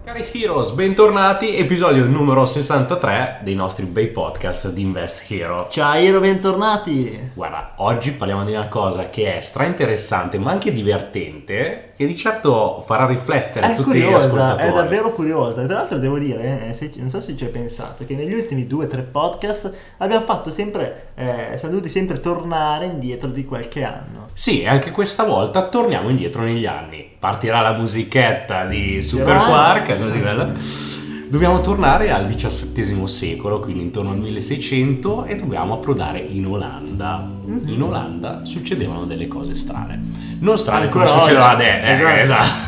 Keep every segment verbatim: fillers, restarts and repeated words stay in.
Cari Heroes, bentornati, episodio numero sessantatré dei nostri bei podcast di Invest Hero. Ciao Hero, bentornati! Guarda, oggi parliamo di una cosa che è stra interessante ma anche divertente, che di certo farà riflettere è tutti curiosa, gli ascoltatori. È davvero curiosa. Tra l'altro devo dire, eh, se, non so se ci hai pensato, che negli ultimi due o tre podcast abbiamo fatto sempre, eh, siamo dovuti sempre tornare indietro di qualche anno. Sì, anche questa volta torniamo indietro negli anni. Partirà la musichetta di Super Però... Quark, così bella. Dobbiamo tornare al diciassettesimo secolo, quindi intorno al milleseicento, e dobbiamo approdare in Olanda. Mm-hmm. In Olanda succedevano delle cose strane. Non strane Ancora come succedeva oggi. adesso. Eh,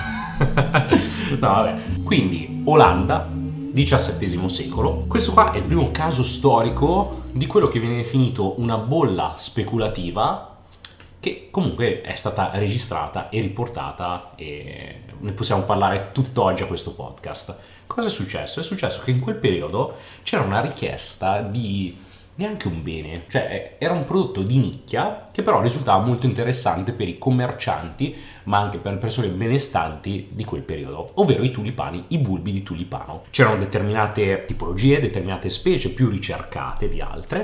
esatto. No, vabbè. Quindi Olanda, diciassettesimo secolo. Questo qua è il primo caso storico di quello che viene definito una bolla speculativa, che comunque è stata registrata e riportata, e ne possiamo parlare tutt'oggi a questo podcast. Cosa è successo? È successo che in quel periodo c'era una richiesta di neanche un bene, cioè era un prodotto di nicchia che però risultava molto interessante per i commercianti, ma anche per le persone benestanti di quel periodo, ovvero i tulipani, i bulbi di tulipano. C'erano determinate tipologie, determinate specie più ricercate di altre,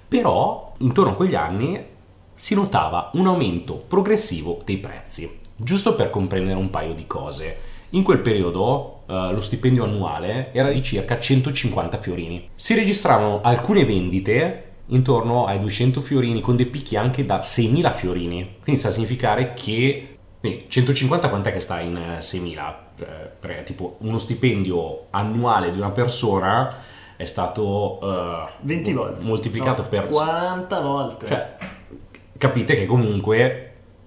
però intorno a quegli anni si notava un aumento progressivo dei prezzi. Giusto per comprendere un paio di cose, in quel periodo uh, lo stipendio annuale era di circa centocinquanta fiorini. Si registravano alcune vendite intorno ai duecento fiorini, con dei picchi anche da seimila fiorini. Quindi sta a significare che quindi centocinquanta quant'è che sta in seimila? Eh, perché tipo uno stipendio annuale di una persona è stato uh, venti volte moltiplicato no, per quaranta volte. Cioè, capite che comunque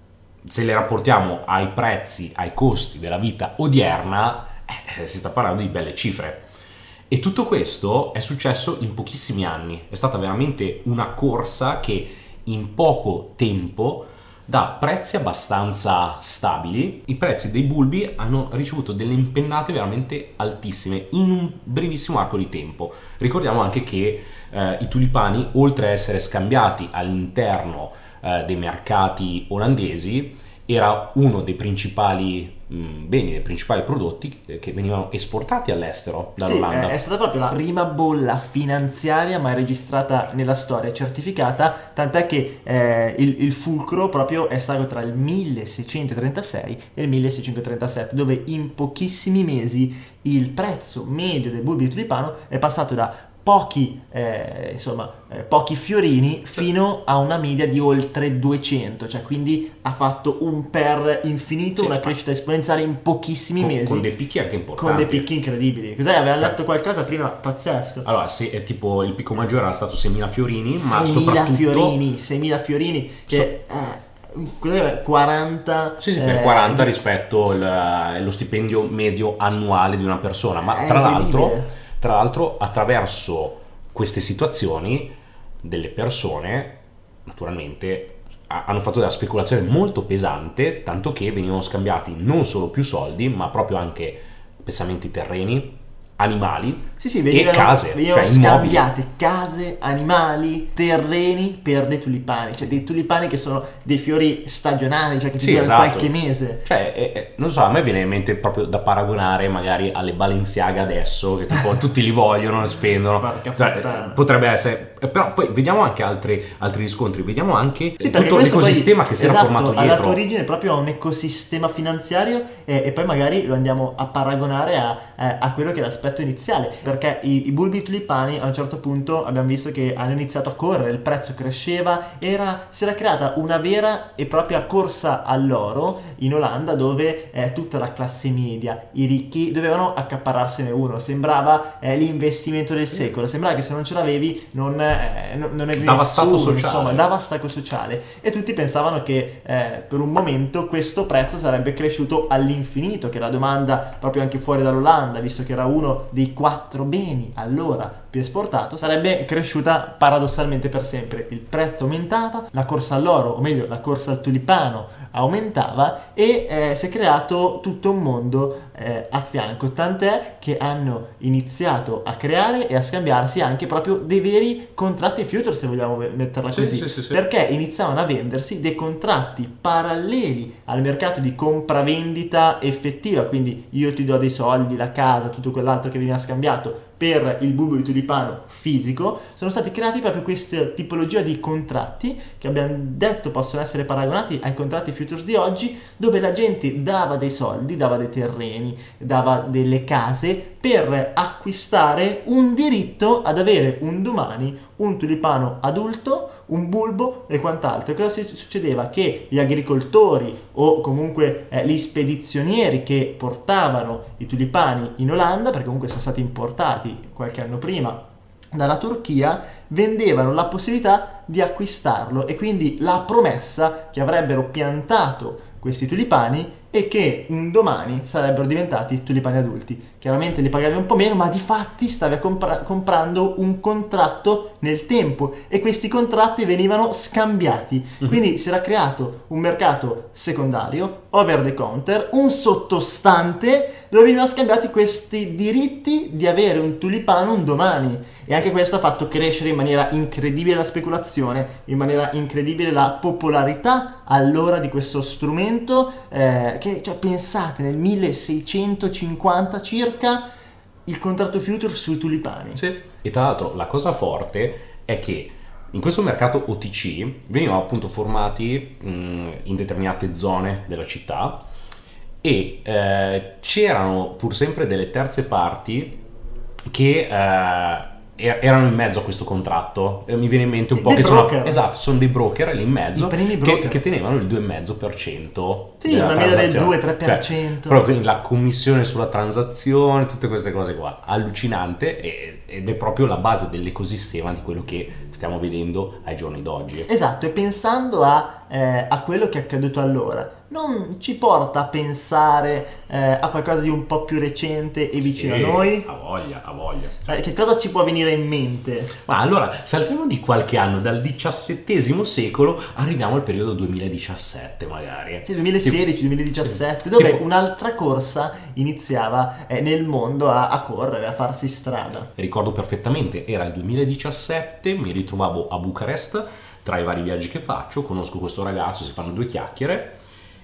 se le rapportiamo ai prezzi, ai costi della vita odierna, eh, si sta parlando di belle cifre. E tutto questo è successo in pochissimi anni. È stata veramente una corsa che in poco tempo, da prezzi abbastanza stabili, i prezzi dei bulbi hanno ricevuto delle impennate veramente altissime in un brevissimo arco di tempo. Ricordiamo anche che eh, i tulipani, oltre a essere scambiati all'interno eh, dei mercati olandesi, era uno dei principali mh, beni, dei principali prodotti che venivano esportati all'estero dall'Olanda. Sì, è stata proprio la prima bolla finanziaria mai registrata nella storia, certificata, tant'è che eh, il, il fulcro proprio è stato tra il milleseicentotrentasei e il milleseicentotrentasette, dove in pochissimi mesi il prezzo medio del bulbo di tulipano è passato da pochi eh, insomma eh, pochi fiorini fino a una media di oltre duecento, cioè quindi ha fatto un per infinito, sì, una crescita esponenziale in pochissimi con, mesi, con dei picchi anche importanti, con dei picchi incredibili. Cos'è? Aveva letto qualcosa prima pazzesco. Allora sì, è tipo il picco maggiore era stato seimila fiorini, ma seimila soprattutto fiorini seimila fiorini che so... eh, quaranta sì, sì, per eh, quaranta rispetto il, lo stipendio medio annuale di una persona, ma tra l'altro Tra l'altro attraverso queste situazioni delle persone naturalmente hanno fatto della speculazione molto pesante, tanto che venivano scambiati non solo più soldi, ma proprio anche pesamenti terreni, animali, sì, sì, venivano, e case, venivano cioè scambiate case, animali, terreni per dei tulipani, cioè dei tulipani che sono dei fiori stagionali, cioè che ti sì, durano esatto. qualche mese. Cioè, eh, eh, non so, a me viene in mente proprio da paragonare magari alle Balenciaga adesso, che tipo tutti li vogliono e spendono. Cioè, potrebbe essere, però poi vediamo anche altri, altri riscontri, vediamo anche sì, tutto l'ecosistema poi, che si esatto, era formato dietro. Ha dato origine proprio a un ecosistema finanziario e, e poi magari lo andiamo a paragonare a, eh, a quello che è l'aspetto iniziale, perché i, i bulbi tulipani a un certo punto abbiamo visto che hanno iniziato a correre, il prezzo cresceva, era, si era creata una vera e propria corsa all'oro in Olanda, dove eh, tutta la classe media, i ricchi dovevano accappararsene uno. Sembrava eh, l'investimento del secolo, sembrava che se non ce l'avevi non, eh, non, non avevi dava nessuno, stato sociale. Insomma, dava stato sociale, e tutti pensavano che eh, per un momento questo prezzo sarebbe cresciuto all'infinito, che la domanda proprio anche fuori dall'Olanda, visto che era uno dei quattro beni allora più esportato, sarebbe cresciuta paradossalmente per sempre. Il prezzo aumentava, la corsa all'oro, o meglio la corsa al tulipano, aumentava e eh, si è creato tutto un mondo eh, a fianco, tant'è che hanno iniziato a creare e a scambiarsi anche proprio dei veri contratti future, se vogliamo metterla Sì, così, sì, sì, sì. perché iniziavano a vendersi dei contratti paralleli al mercato di compravendita effettiva, quindi io ti do dei soldi, la casa, tutto quell'altro che veniva scambiato per il bulbo di tulipano fisico. Sono stati creati proprio questa tipologia di contratti che abbiamo detto possono essere paragonati ai contratti futures di oggi, dove la gente dava dei soldi, dava dei terreni, dava delle case per acquistare un diritto ad avere un domani un tulipano adulto, un bulbo e quant'altro. Cosa si- succedeva? Che gli agricoltori o comunque eh, gli spedizionieri che portavano i tulipani in Olanda, perché comunque sono stati importati qualche anno prima dalla Turchia, vendevano la possibilità di acquistarlo e quindi la promessa che avrebbero piantato questi tulipani e che un domani sarebbero diventati tulipani adulti. Chiaramente li pagavi un po' meno, ma di fatti stavi compra- comprando un contratto nel tempo e questi contratti venivano scambiati. Mhm. Quindi si era creato un mercato secondario, over the counter, un sottostante dove venivano scambiati questi diritti di avere un tulipano un domani. E anche questo ha fatto crescere in maniera incredibile la speculazione, in maniera incredibile la popolarità allora di questo strumento, eh, che cioè, pensate nel milleseicentocinquanta circa il contratto future sui tulipani. Sì. E tra l'altro la cosa forte è che in questo mercato O T C venivano appunto formati mh, in determinate zone della città e eh, c'erano pur sempre delle terze parti che eh, erano in mezzo a questo contratto. Mi viene in mente un po' Dei che sono, broker. esatto, sono dei broker lì in mezzo I primi che, broker. che tenevano il due virgola cinque per cento Sì, della una media del transazione. due tre per cento. Cioè, però quindi la commissione sulla transazione, tutte queste cose qua, allucinante, e- ed è proprio la base dell'ecosistema di quello che stiamo vedendo ai giorni d'oggi. Esatto, e pensando a, eh, a quello che è accaduto allora, non ci porta a pensare eh, a qualcosa di un po' più recente e vicino Sì, a noi? Ha voglia, ha voglia. Eh, che cosa ci può venire in mente? Ma allora, saltiamo di qualche anno, dal diciassettesimo secolo arriviamo al periodo duemiladiciassette magari. Sì, duemilasedici duemiladiciassette, Sì. dove Tipo- un'altra corsa iniziava eh, nel mondo a, a correre, a farsi strada. Ricordo perfettamente, era il duemiladiciassette, mi ritrovavo a Bucarest, tra i vari viaggi che faccio, conosco questo ragazzo, si fanno due chiacchiere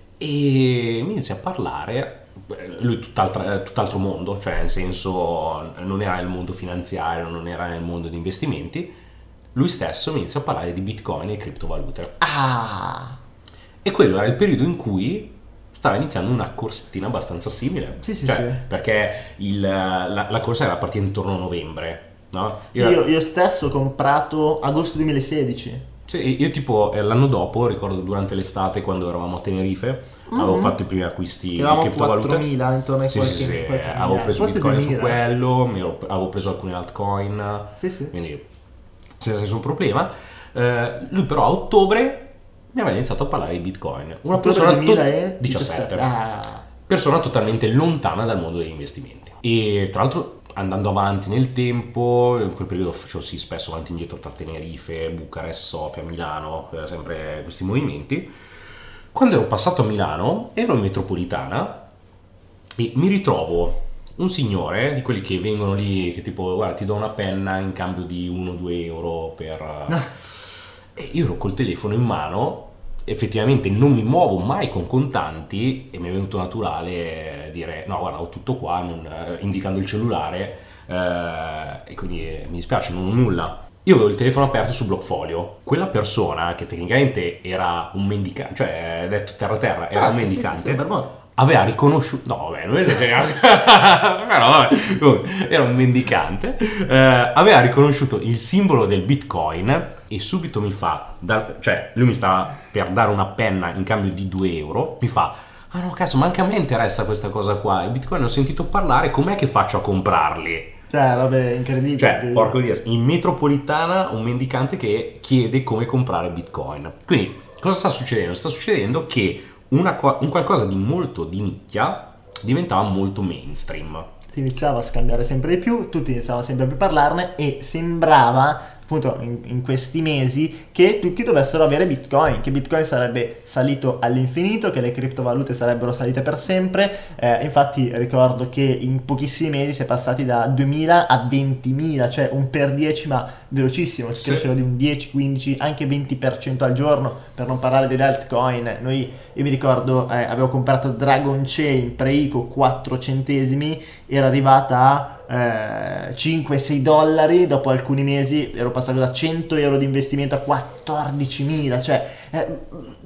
e mi inizia a parlare, eh, lui tutt'altra- tutt'altro mondo, cioè nel senso non era nel mondo finanziario, non era nel mondo di investimenti, lui stesso mi inizia a parlare di Bitcoin e criptovalute. Ah, E quello era il periodo in cui stava iniziando una corsettina abbastanza simile. Sì, sì, Cioè, sì. perché il- la, la corsa era partita intorno a novembre, no? io, io stesso ho comprato agosto duemilasedici. Sì, io tipo eh, l'anno dopo, ricordo durante l'estate quando eravamo a Tenerife, avevo Mhm. fatto i primi acquisti di Eravamo criptovalute. quattromila intorno ai Sì, qualche, sì, sì, qualche avevo migliaia. preso Forse Bitcoin su duemila. quello, mi ero- avevo preso alcune altcoin, Sì, sì. quindi senza nessun problema. Eh, lui però a ottobre mi aveva iniziato a parlare di Bitcoin. Una Ottobre persona to- duemiladiciassette. diciassette. Ah. Persona totalmente lontana dal mondo degli investimenti. E tra l'altro andando avanti nel tempo, in quel periodo facevo sì spesso avanti e indietro tra Tenerife, Bucarest, Sofia, Milano, eh, sempre questi movimenti. Quando ero passato a Milano ero in metropolitana e mi ritrovo un signore di quelli che vengono lì che tipo guarda ti do una penna in cambio di uno due euro per... E io ero col telefono in mano, effettivamente non mi muovo mai con contanti e mi è venuto naturale dire no guarda ho tutto qua, non- eh, indicando il cellulare eh, e quindi eh, mi dispiace non ho nulla. Io avevo il telefono aperto su Blockfolio, quella persona che tecnicamente era un mendicante, cioè detto terra terra era Certo, un sì, sì, mendicante, sì, per me. aveva riconosciuto, no vabbè, non esageriamo, però vabbè, comunque, era un mendicante, eh, aveva riconosciuto il simbolo del Bitcoin e subito mi fa, da- cioè lui mi stava per dare una penna in cambio di due euro, mi fa, ah no cazzo ma anche a me interessa questa cosa qua, il Bitcoin ho sentito parlare, com'è che faccio a comprarli? Cioè, vabbè, incredibile. Cioè, porco Dio, in metropolitana un mendicante che chiede come comprare Bitcoin. Quindi, cosa sta succedendo? Sta succedendo che una qua- un qualcosa di molto di nicchia diventava molto mainstream. Si iniziava a scambiare sempre di più, tutti iniziavano sempre a più parlarne e sembrava appunto in, in questi mesi che tutti dovessero avere Bitcoin, che Bitcoin sarebbe salito all'infinito, che le criptovalute sarebbero salite per sempre. Eh, infatti ricordo che in pochissimi mesi si è passati da duemila a ventimila, cioè un per dieci, ma velocissimo, si Sì. cresceva di un dieci, quindici, anche venti per cento al giorno, per non parlare delle altcoin. Noi, io mi ricordo, eh, avevo comprato Dragon Chain pre-I C O quattro centesimi, era arrivata a Eh, cinque sei dollari, dopo alcuni mesi ero passato da cento euro di investimento a quattordicimila, cioè eh,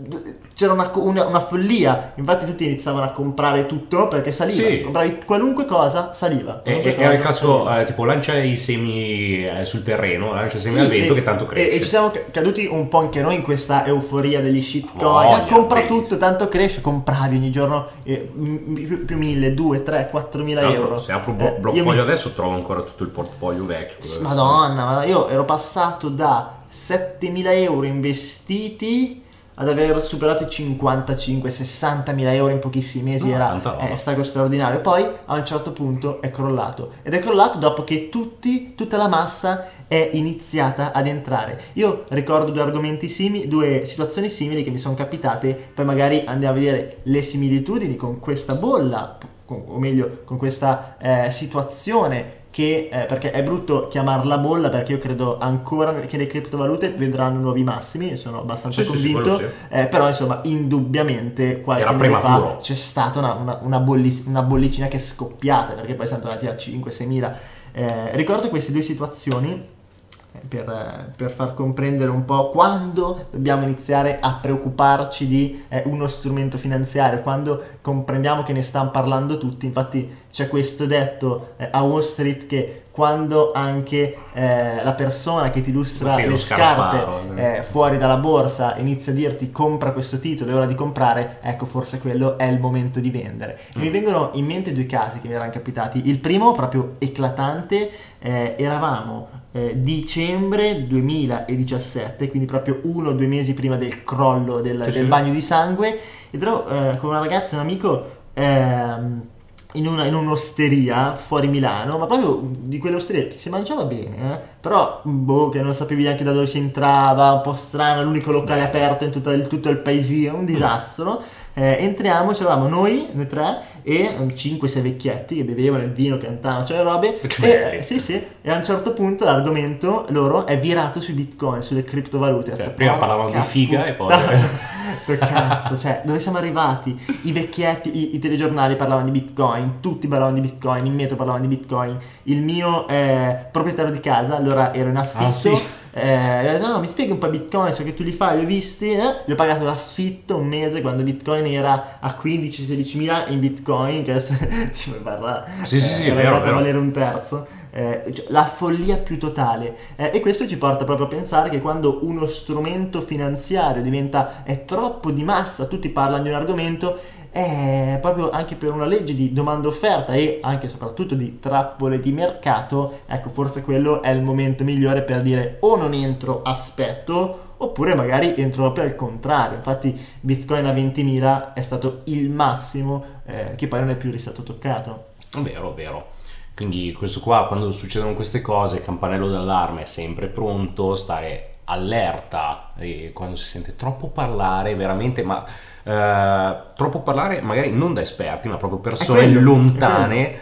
c'era una, una, una follia. Infatti tutti iniziavano a comprare tutto perché saliva, Sì. compravi qualunque cosa, saliva. E- Qualunque e- Era il cosa, classico, saliva. eh, tipo lancia i semi eh, sul terreno, lancia i semi Sì, al vento e- che tanto e, cresce. e ci siamo ca- caduti un po' anche noi in questa euforia degli shitcoin. Voglia, Ah, compra bellissimo. tutto, tanto cresce, compravi ogni giorno eh, m- più, più mille, due, tre, quattromila Tra l'altro, euro. se apro Eh, Blo- io Blockfolio mi- adesso trovo ancora tutto il portfolio vecchio. Madonna, madonna, io ero passato da settemila euro investiti ad aver superato i cinquantacinque sessantamila euro in pochissimi mesi. No, Era tanta roba. è stato straordinario. Poi a un certo punto è crollato, ed è crollato dopo che tutti, tutta la massa è iniziata ad entrare. Io ricordo due argomenti simili, due situazioni simili che mi sono capitate, poi magari andiamo a vedere le similitudini con questa bolla, con- o meglio con questa eh, situazione che, eh, perché è brutto chiamarla bolla, perché io credo ancora che le criptovalute vedranno nuovi massimi, sono abbastanza Sì, sì, sì, convinto. quello Eh, però insomma indubbiamente qualche Era mese prematuro. fa c'è stata una, una, una, bolli- una bollicina che è scoppiata, perché poi siamo andati a cinque sei mila. Eh, ricordo queste due situazioni eh, per, eh, per far comprendere un po' quando dobbiamo iniziare a preoccuparci di eh, uno strumento finanziario, quando comprendiamo che ne stanno parlando tutti. Infatti c'è questo detto eh, a Wall Street, che quando anche eh, la persona che ti illustra Sì, lo le scarparo, scarpe eh, fuori dalla borsa inizia a dirti compra questo titolo, è ora di comprare, ecco, forse quello è il momento di vendere. E mi Mm. vengono in mente due casi che mi erano capitati. Il primo, proprio eclatante, eh, eravamo eh, dicembre duemiladiciassette, quindi proprio uno o due mesi prima del crollo del, Sì, del sì. bagno di sangue, ed ero eh, con una ragazza, un amico, ehm, in, una, in un'osteria fuori Milano, ma proprio di quelle osterie che si mangiava bene, eh? Però boh, che non sapevi neanche da dove si entrava, un po' strano, l'unico locale aperto in tutto il, tutto il paesino, un disastro. Eh, entriamo, c'eravamo noi, noi tre, e cinque sei vecchietti che bevevano il vino, cantavano, cioè robe. Che E, belli. eh, sì, sì, e a un certo punto l'argomento loro è virato sui bitcoin, sulle criptovalute. Ho Cioè, detto, prima porca parlavano di figa e poi- puttana. Che cazzo, cioè, dove siamo arrivati? I vecchietti, i, i telegiornali parlavano di bitcoin, tutti parlavano di bitcoin, in metro parlavano di bitcoin. Il mio eh, proprietario di casa, allora ero in affitto, Ah, sì. eh, mi ha detto, no, mi spieghi un po' bitcoin, so che tu li fai, li ho visti, eh? Gli ho pagato l'affitto un mese quando bitcoin era a quindici sedici mila in bitcoin, che adesso ti parla, Sì, sì, sì, era vero, arrivato a vero. valere un terzo. Eh, cioè, la follia più totale. Eh, e questo ci porta proprio a pensare che quando uno strumento finanziario diventa è troppo di massa, tutti parlano di un argomento, è proprio anche per una legge di domanda offerta e anche e soprattutto di trappole di mercato. Ecco, forse quello è il momento migliore per dire o non entro, aspetto, oppure magari entro proprio al contrario. Infatti Bitcoin a ventimila è stato il massimo, eh, che poi non è più stato toccato. Vero, vero. Quindi questo qua, quando succedono queste cose, il campanello d'allarme è sempre pronto, stare allerta, e quando si sente troppo parlare, veramente, ma eh, troppo parlare magari non da esperti, ma proprio persone quello, è lontane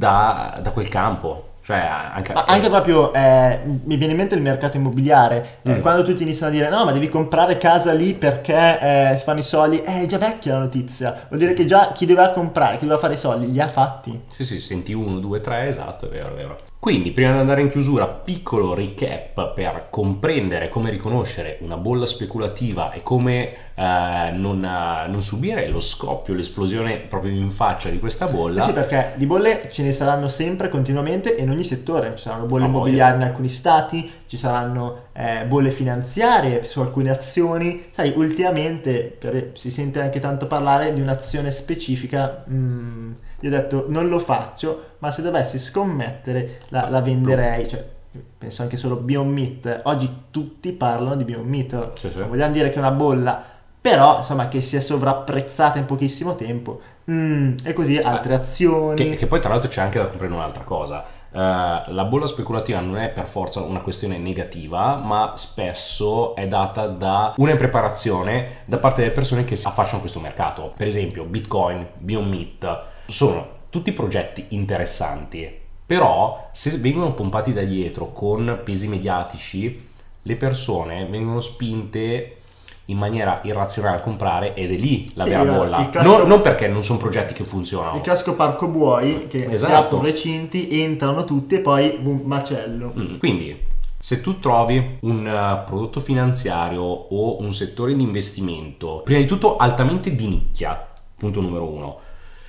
da, da quel campo. Cioè, anche, Ma anche proprio eh, mi viene in mente il mercato immobiliare, eh, Mm. quando tutti iniziano a dire no, ma devi comprare casa lì perché eh, si fanno i soldi, è già vecchia la notizia, vuol dire che già chi doveva comprare, chi doveva fare i soldi li ha fatti. Sì, sì, senti uno, due, tre, esatto, è vero, è vero. Quindi, prima di andare in chiusura, piccolo recap per comprendere come riconoscere una bolla speculativa e come eh, non, eh, non subire lo scoppio, l'esplosione proprio in faccia di questa bolla. Eh sì, perché di bolle ce ne saranno sempre, continuamente, e in ogni settore. Ci saranno bolle Ah, immobiliari in alcuni stati, ci saranno eh, bolle finanziarie su alcune azioni. Sai, ultimamente per- si sente anche tanto parlare di un'azione specifica. mm, io ho detto non lo faccio, ma se dovessi scommettere la, la venderei. Cioè, penso anche solo Beyond Meat. Oggi tutti parlano di Beyond Meat. Sì, sì. Non vogliamo dire che è una bolla, però insomma che si è sovrapprezzata in pochissimo tempo. Mm, e così altre azioni. Che, che poi tra l'altro c'è anche da comprendere un'altra cosa. Uh, la bolla speculativa non è per forza una questione negativa, ma spesso è data da una impreparazione da parte delle persone che si affacciano a questo mercato. Per esempio Bitcoin, Beyond Meat sono tutti progetti interessanti, però se vengono pompati da dietro con pesi mediatici, le persone vengono spinte in maniera irrazionale a comprare, ed è lì la Sì, vera il bolla. classico- Non, non perché non sono progetti che funzionano. Il classico parco buoi che si Esatto. aprono recinti, entrano tutti e poi un macello. Mm, Quindi, se tu trovi un uh, prodotto finanziario o un settore di investimento, prima di tutto altamente di nicchia, punto numero uno,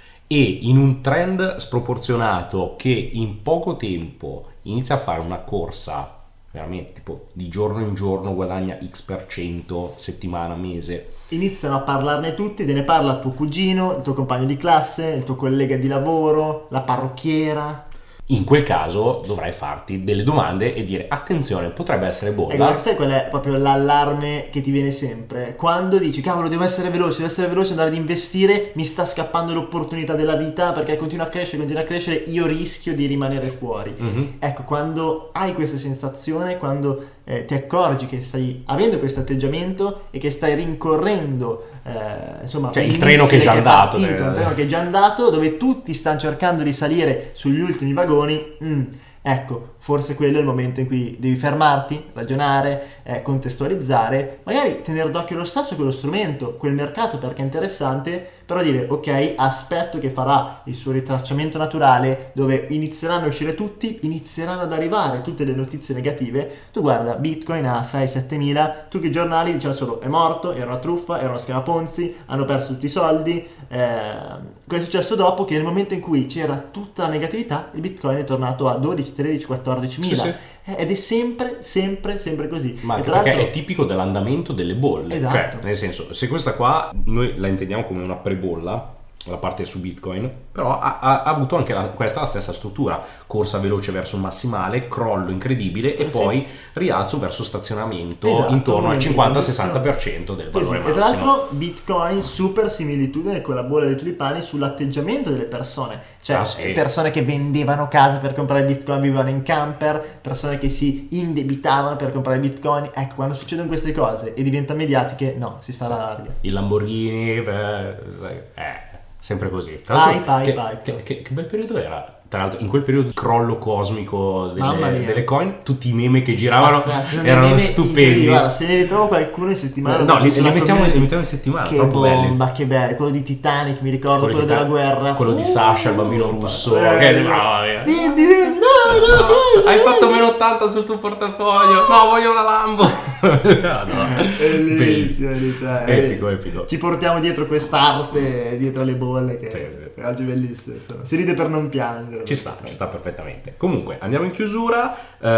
e in un trend sproporzionato che in poco tempo inizia a fare una corsa veramente tipo di giorno in giorno, guadagna X per cento, settimana, mese. Iniziano a parlarne tutti, te ne parla tuo cugino, il tuo compagno di classe, il tuo collega di lavoro, la parrucchiera. In quel caso dovrai farti delle domande e dire attenzione, potrebbe essere E bolla. guarda, sai qual è proprio l'allarme che ti viene sempre? Quando dici, cavolo, devo essere veloce, devo essere veloce, andare ad investire, mi sta scappando l'opportunità della vita perché continua a crescere, continua a crescere, io rischio di rimanere fuori. Mhm. Ecco, quando hai questa sensazione, quando eh, ti accorgi che stai avendo questo atteggiamento e che stai rincorrendo eh, insomma, Cioè, un il treno che è già missile andato, partito, eh. un treno che è già andato, dove tutti stanno cercando di salire sugli ultimi vagoni, mm, ecco, forse quello è il momento in cui devi fermarti, ragionare, eh, contestualizzare, magari tenere d'occhio lo stesso quello strumento, quel mercato perché è interessante, però dire ok, aspetto che farà il suo ritracciamento naturale dove inizieranno a uscire tutti, inizieranno ad arrivare tutte le notizie negative. Tu guarda, Bitcoin a sei sette mila, tutti i giornali dicevano solo è morto, era una truffa, era una schema Ponzi, hanno perso tutti i soldi. Eh, cosa è successo dopo? Che nel momento in cui c'era tutta la negatività, il Bitcoin è tornato a dodici, tredici, quattordici mila. Sì, sì. Ed è sempre, sempre, sempre così. Ma E anche tra perché l'altro- è tipico dell'andamento delle bolle. Esatto. Cioè, nel senso, se questa qua noi la intendiamo come una prebolla, la parte su Bitcoin, però ha, ha- ha avuto anche la- questa la stessa struttura: corsa veloce verso un massimale, crollo incredibile e Eh sì. poi rialzo verso stazionamento Esatto, intorno al quindi cinquanta sessanta per cento del Così. valore E tra massimo. l'altro Bitcoin super similitudine con la bolla dei tulipani sull'atteggiamento delle persone, cioè Ah, sì. persone che vendevano case per comprare Bitcoin, vivevano in camper, persone che si indebitavano per comprare Bitcoin. Ecco, quando succedono queste cose e diventano mediatiche, no, si sta alla larga. Il Lamborghini, eh, sai, eh, sempre così. Tra Pai, l'altro, pai, che, pai. che- che- che bel periodo era. Tra l'altro, in quel periodo di crollo cosmico Mamma delle, mia. delle coin, tutti i meme che giravano Pazzesco, sono dei erano meme stupendi. incredibili. Guarda, se ne ritrovo qualcuno in settimana. No, li, li sulla mettiamo, community. li mettiamo in settimana, Che troppo belli. bomba, che bello. Quello di Titanic, mi ricordo, quello, di della Ta- guerra. quello di Uh, Sasha, il bambino russo. bello. Che, mamma mia. Vendi, vendi, no, no, No, no, hai no. fatto meno ottanta sul tuo portafoglio. No, voglio la Lambo. No, no. Bellissimo, bellissimo. eh. Epico, epico. Ci portiamo dietro quest'arte, dietro alle bolle, che Sì, sì. che oggi è bellissimo. Insomma. Si ride per non piangere. Ci sta, ci sta perfettamente. Comunque, andiamo in chiusura.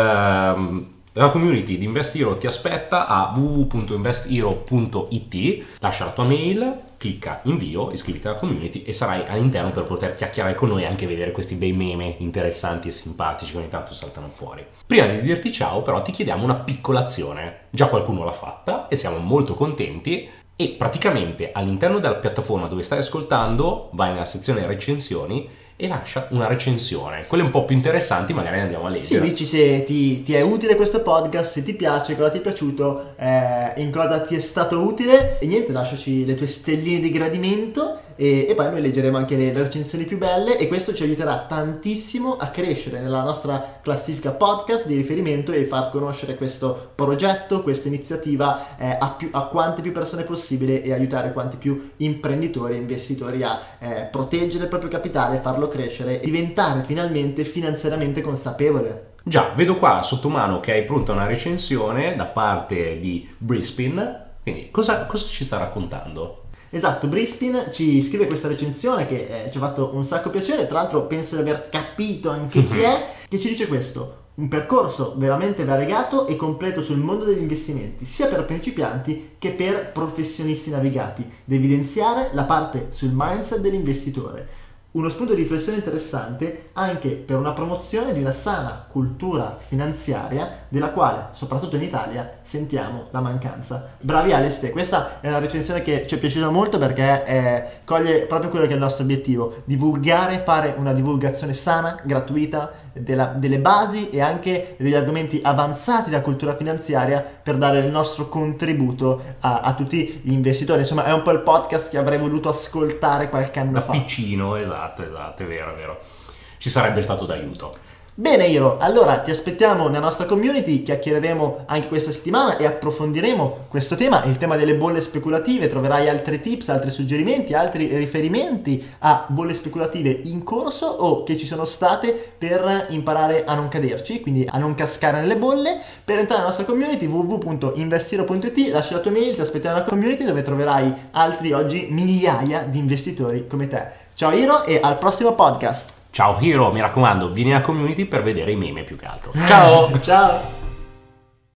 Ehm, la community di Investiro ti aspetta a w w w punto investiro punto i t. Lascia la tua mail, clicca invio, iscriviti alla community e sarai all'interno per poter chiacchierare con noi e anche vedere questi bei meme interessanti e simpatici che ogni tanto saltano fuori. Prima di dirti ciao, però, ti chiediamo una piccola azione. Già qualcuno l'ha fatta e siamo molto contenti. E praticamente all'interno della piattaforma dove stai ascoltando vai nella sezione recensioni e lascia una recensione. Quelle un po' più interessanti magari ne andiamo a Sì, leggere. dici se ti, ti è utile questo podcast, se ti piace, cosa ti è piaciuto, eh, in cosa ti è stato utile e niente, lasciaci le tue stelline di gradimento e, e poi noi leggeremo anche le, le recensioni più belle e questo ci aiuterà tantissimo a crescere nella nostra classifica podcast di riferimento e far conoscere questo progetto, questa iniziativa eh, a, più, a quante più persone possibile e aiutare quanti più imprenditori e investitori a eh, proteggere il proprio capitale, farlo crescere e diventare finalmente finanziariamente consapevole. Già, vedo qua sotto mano che hai pronta una recensione da parte di Brispin. Quindi cosa, cosa ci sta raccontando? Esatto, Brispin ci scrive questa recensione che eh, ci ha fatto un sacco piacere, tra l'altro penso di aver capito anche chi è, che ci dice questo: un percorso veramente variegato e completo sul mondo degli investimenti, sia per principianti che per professionisti navigati, da evidenziare la parte sul mindset dell'investitore. uno spunto di riflessione interessante anche per una promozione di una sana cultura finanziaria della quale, soprattutto in Italia, sentiamo la mancanza. Bravi Aleste, questa è una recensione che ci è piaciuta molto perché eh, coglie proprio quello che è il nostro obiettivo: divulgare, fare una divulgazione sana, gratuita, della, delle basi e anche degli argomenti avanzati della cultura finanziaria per dare il nostro contributo a, a tutti gli investitori. Insomma, è un po' il podcast che avrei voluto ascoltare qualche anno da fa. Da piccino, esatto. Esatto, esatto, è vero, è vero. Ci sarebbe stato d'aiuto. Bene Iro, allora ti aspettiamo nella nostra community, chiacchiereremo anche questa settimana e approfondiremo questo tema, il tema delle bolle speculative. Troverai altri tips, altri suggerimenti, altri riferimenti a bolle speculative in corso o che ci sono state per imparare a non caderci, quindi a non cascare nelle bolle. Per entrare nella nostra community w w w punto investiro punto it, lascia la tua mail, ti aspettiamo nella community dove troverai altri oggi migliaia di investitori come te. Ciao Iro e al prossimo podcast. Ciao Hiro, mi raccomando, vieni alla community per vedere i meme più che altro. Ciao! Ciao!